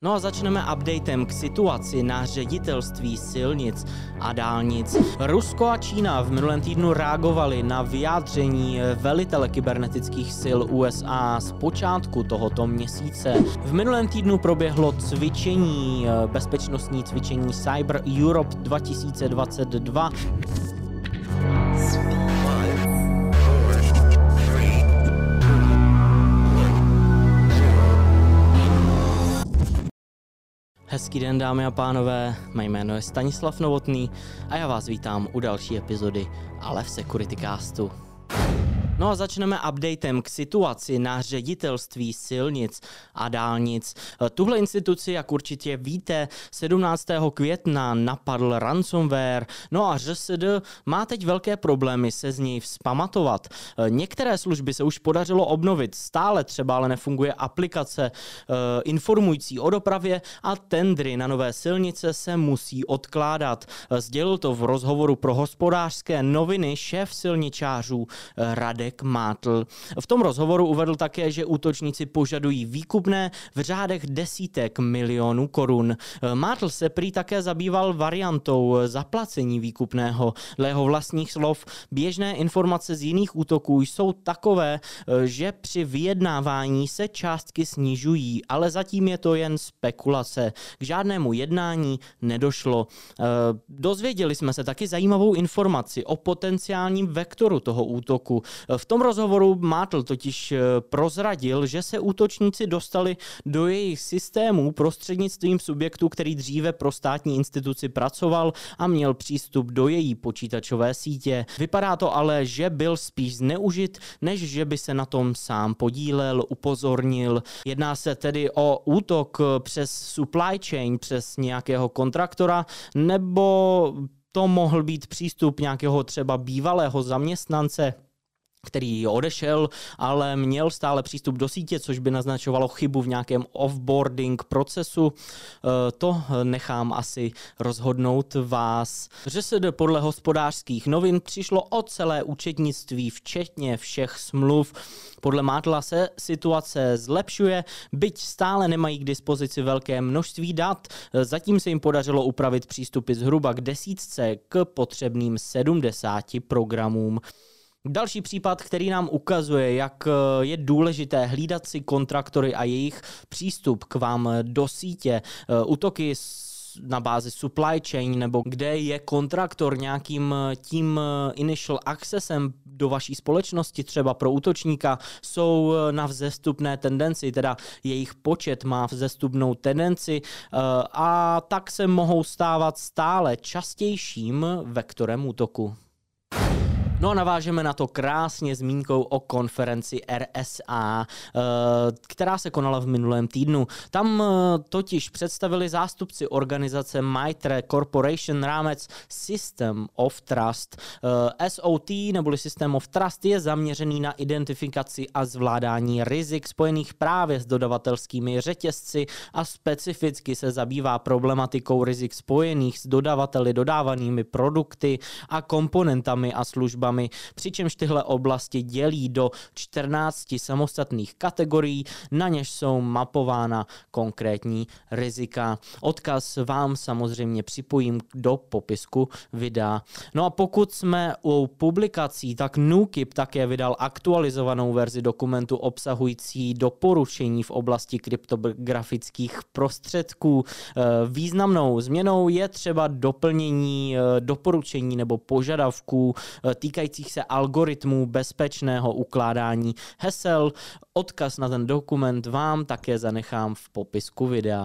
No a začneme updatem k situaci na ředitelství silnic a dálnic. Rusko a Čína v minulém týdnu reagovali na vyjádření velitele kybernetických sil USA z počátku tohoto měsíce. V minulém týdnu proběhlo bezpečnostní cvičení Cyber Europe 2022. Hezký den, dámy a pánové, mé jméno je Stanislav Novotný a já vás vítám u další epizody Ale v Securitycastu. No a začneme updatem k situaci na ředitelství silnic a dálnic. Tuhle instituci, jak určitě víte, 17. května napadl ransomware, no a ŘSD má teď velké problémy se z něj vzpamatovat. Některé služby se už podařilo obnovit, stále třeba ale nefunguje aplikace informující o dopravě a tendry na nové silnice se musí odkládat. Sdělil to v rozhovoru pro Hospodářské noviny šéf silničářů Radek Mátl. V tom rozhovoru uvedl také, že útočníci požadují výkupné v řádech desítek milionů korun. Mátl se prý také zabýval variantou zaplacení výkupného. Dle jeho vlastních slov běžné informace z jiných útoků jsou takové, že při vyjednávání se částky snižují, ale zatím je to jen spekulace. K žádnému jednání nedošlo. Dozvěděli jsme se taky zajímavou informaci o potenciálním vektoru toho útoku. V tom rozhovoru Mátl totiž prozradil, že se útočníci dostali do jejich systémů prostřednictvím subjektu, který dříve pro státní instituci pracoval a měl přístup do její počítačové sítě. Vypadá to ale, že byl spíš zneužit, než že by se na tom sám podílel, upozornil. Jedná se tedy o útok přes supply chain, přes nějakého kontraktora, nebo to mohl být přístup nějakého třeba bývalého zaměstnance, který odešel, ale měl stále přístup do sítě, což by naznačovalo chybu v nějakém offboarding procesu. To nechám asi rozhodnout vás. ŘSD podle Hospodářských novin přišlo o celé účetnictví, včetně všech smluv. Podle Mátla se situace zlepšuje, byť stále nemají k dispozici velké množství dat. Zatím se jim podařilo upravit přístupy zhruba k desítce k potřebným 70 programům. Další případ, který nám ukazuje, jak je důležité hlídat si kontraktory a jejich přístup k vám do sítě. Útoky na bázi supply chain, nebo kde je kontraktor nějakým tím initial accessem do vaší společnosti, třeba pro útočníka, jsou na vzestupné tendenci, teda jejich počet má vzestupnou tendenci a tak se mohou stávat stále častějším vektorem útoku. No a navážeme na to krásně zmínkou o konferenci RSA, která se konala v minulém týdnu. Tam totiž představili zástupci organizace MITRE Corporation rámec System of Trust. SOT neboli System of Trust je zaměřený na identifikaci a zvládání rizik spojených právě s dodavatelskými řetězci a specificky se zabývá problematikou rizik spojených s dodavateli, dodávanými produkty a komponentami a službami, přičemž tyhle oblasti dělí do 14 samostatných kategorií, na něž jsou mapována konkrétní rizika. Odkaz vám samozřejmě připojím do popisku videa. No a pokud jsme u publikací, tak NÚKIB také vydal aktualizovanou verzi dokumentu obsahující doporučení v oblasti kryptografických prostředků. Významnou změnou je třeba doplnění doporučení nebo požadavků týkajících se algoritmů bezpečného ukládání hesel. Odkaz na ten dokument vám také zanechám v popisku videa.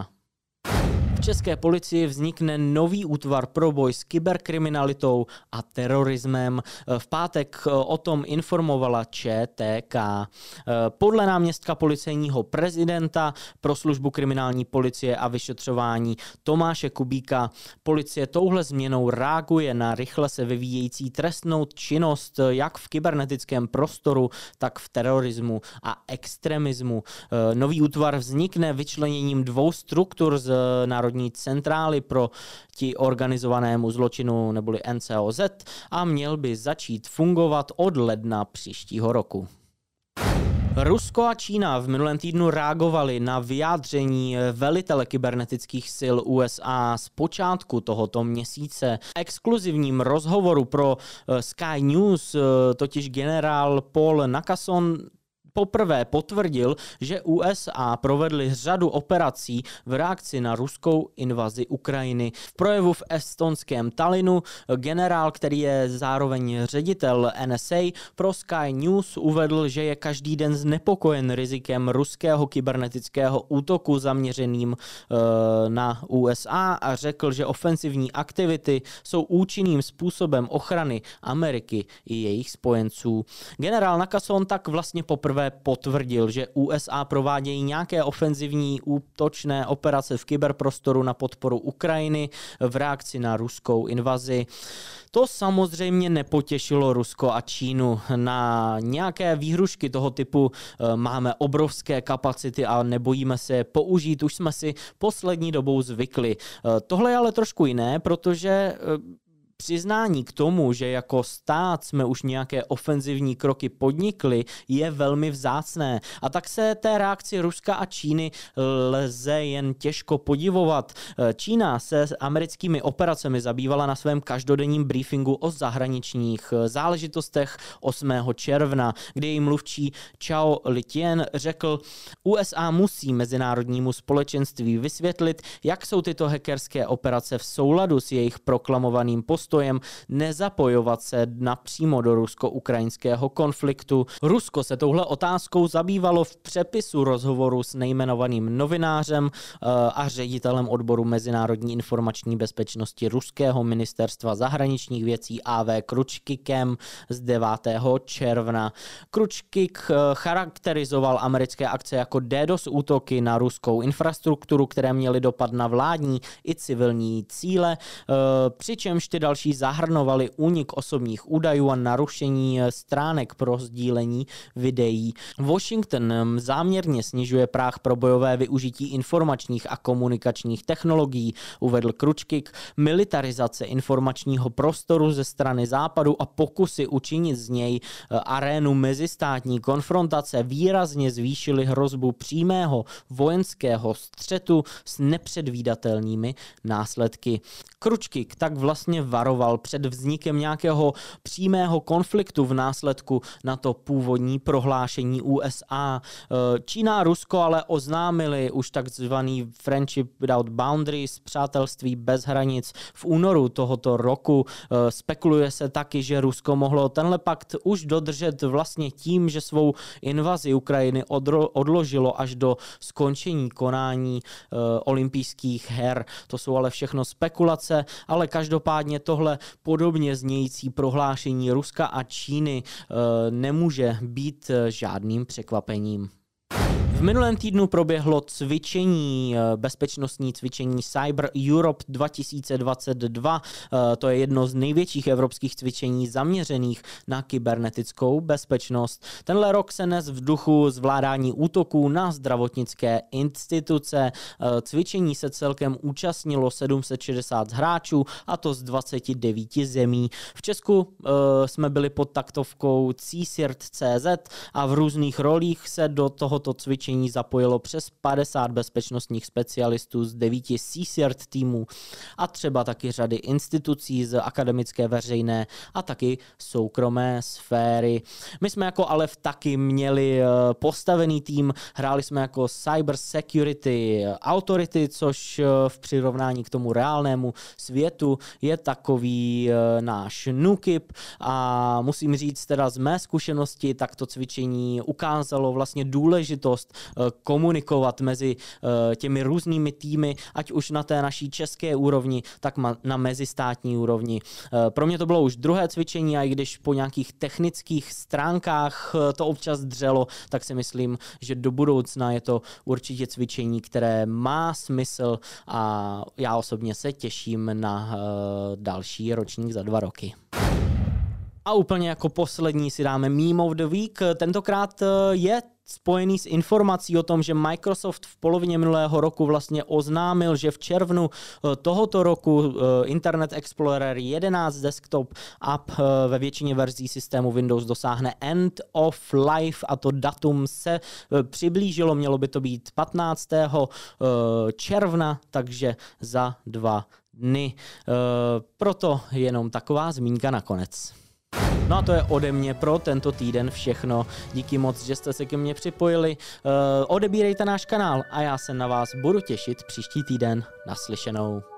V české policii vznikne nový útvar pro boj s kyberkriminalitou a terorismem. V pátek o tom informovala ČTK. Podle náměstka policejního prezidenta pro službu kriminální policie a vyšetřování Tomáše Kubíka policie touhle změnou reaguje na rychle se vyvíjející trestnou činnost jak v kybernetickém prostoru, tak v terorismu a extremismu. Nový útvar vznikne vyčleněním dvou struktur z Národní centrály proti organizovanému zločinu neboli NCOZ a měl by začít fungovat od ledna příštího roku. Rusko a Čína v minulém týdnu reagovali na vyjádření velitele kybernetických sil USA z počátku tohoto měsíce. V exkluzivním rozhovoru pro Sky News totiž generál Paul Nakasone poprvé potvrdil, že USA provedly řadu operací v reakci na ruskou invazi Ukrajiny. V projevu v estonském Tallinnu generál, který je zároveň ředitel NSA, pro Sky News uvedl, že je každý den znepokojen rizikem ruského kybernetického útoku zaměřeným na USA a řekl, že ofenzivní aktivity jsou účinným způsobem ochrany Ameriky i jejich spojenců. Generál Nakasone tak vlastně poprvé potvrdil, že USA provádějí nějaké ofenzivní útočné operace v kyberprostoru na podporu Ukrajiny v reakci na ruskou invazi. To samozřejmě nepotěšilo Rusko a Čínu. Na nějaké výhrušky toho typu máme obrovské kapacity a nebojíme se použít, už jsme si poslední dobou zvykli. Tohle je ale trošku jiné, protože přiznání k tomu, že jako stát jsme už nějaké ofenzivní kroky podnikli, je velmi vzácné. A tak se té reakci Ruska a Číny lze jen těžko podivovat. Čína se americkými operacemi zabývala na svém každodenním briefingu o zahraničních záležitostech 8. června, kdy její mluvčí Chao Litien řekl, USA musí mezinárodnímu společenství vysvětlit, jak jsou tyto hackerské operace v souladu s jejich proklamovaným postojem nezapojovat se napřímo do rusko-ukrajinského konfliktu. Rusko se touhle otázkou zabývalo v přepisu rozhovoru s nejmenovaným novinářem a ředitelem odboru mezinárodní informační bezpečnosti ruského ministerstva zahraničních věcí A.V. Kručkikem z 9. června. Kručkik charakterizoval americké akce jako DDoS útoky na ruskou infrastrukturu, které měly dopad na vládní i civilní cíle, přičemž ty další zahrnovali únik osobních údajů a narušení stránek pro sdílení videí. Washington záměrně snižuje práh pro bojové využití informačních a komunikačních technologií, uvedl Kručkik. Militarizace informačního prostoru ze strany Západu a pokusy učinit z něj arénu mezistátní konfrontace výrazně zvýšily hrozbu přímého vojenského střetu s nepředvídatelnými následky. Kručkik tak vlastně varoval před vznikem nějakého přímého konfliktu v následku na to původní prohlášení USA. Čína a Rusko ale oznámili už takzvaný Friendship Without Boundaries, přátelství bez hranic v únoru tohoto roku. Spekuluje se taky, že Rusko mohlo tenhle pakt už dodržet vlastně tím, že svou invazi Ukrajiny odložilo až do skončení konání olympijských her. To jsou ale všechno spekulace, ale každopádně tohle podobně znějící prohlášení Ruska a Číny nemůže být žádným překvapením. V minulém týdnu proběhlo bezpečnostní cvičení Cyber Europe 2022. To je jedno z největších evropských cvičení zaměřených na kybernetickou bezpečnost. Tenhle rok se nes v duchu zvládání útoků na zdravotnické instituce. Cvičení se celkem účastnilo 760 hráčů, a to z 29 zemí. V Česku jsme byli pod taktovkou CSIRT.cz a v různých rolích se do tohoto cvičení zapojilo přes 50 bezpečnostních specialistů z 9 CSIRT týmů a třeba taky řady institucí z akademické, veřejné a taky soukromé sféry. My jsme jako Alef taky měli postavený tým, hráli jsme jako Cyber Security Authority, což v přirovnání k tomu reálnému světu je takový náš NUKIP, a musím říct teda z mé zkušenosti, tak to cvičení ukázalo vlastně důležitost komunikovat mezi těmi různými týmy, ať už na té naší české úrovni, tak na mezistátní úrovni. Pro mě to bylo už druhé cvičení, a i když po nějakých technických stránkách to občas dřelo, tak si myslím, že do budoucna je to určitě cvičení, které má smysl, a já osobně se těším na další ročník za 2 roky. A úplně jako poslední si dáme Meme of the Week. Tentokrát je spojený s informací o tom, že Microsoft v polovině minulého roku vlastně oznámil, že v červnu tohoto roku Internet Explorer 11 desktop app ve většině verzí systému Windows dosáhne end of life a to datum se přiblížilo, mělo by to být 15. června, takže za 2 dny. Proto jenom taková zmínka nakonec. No a to je ode mě pro tento týden všechno. Díky moc, že jste se ke mně připojili. Odebírejte náš kanál a já se na vás budu těšit příští týden. Naslyšenou.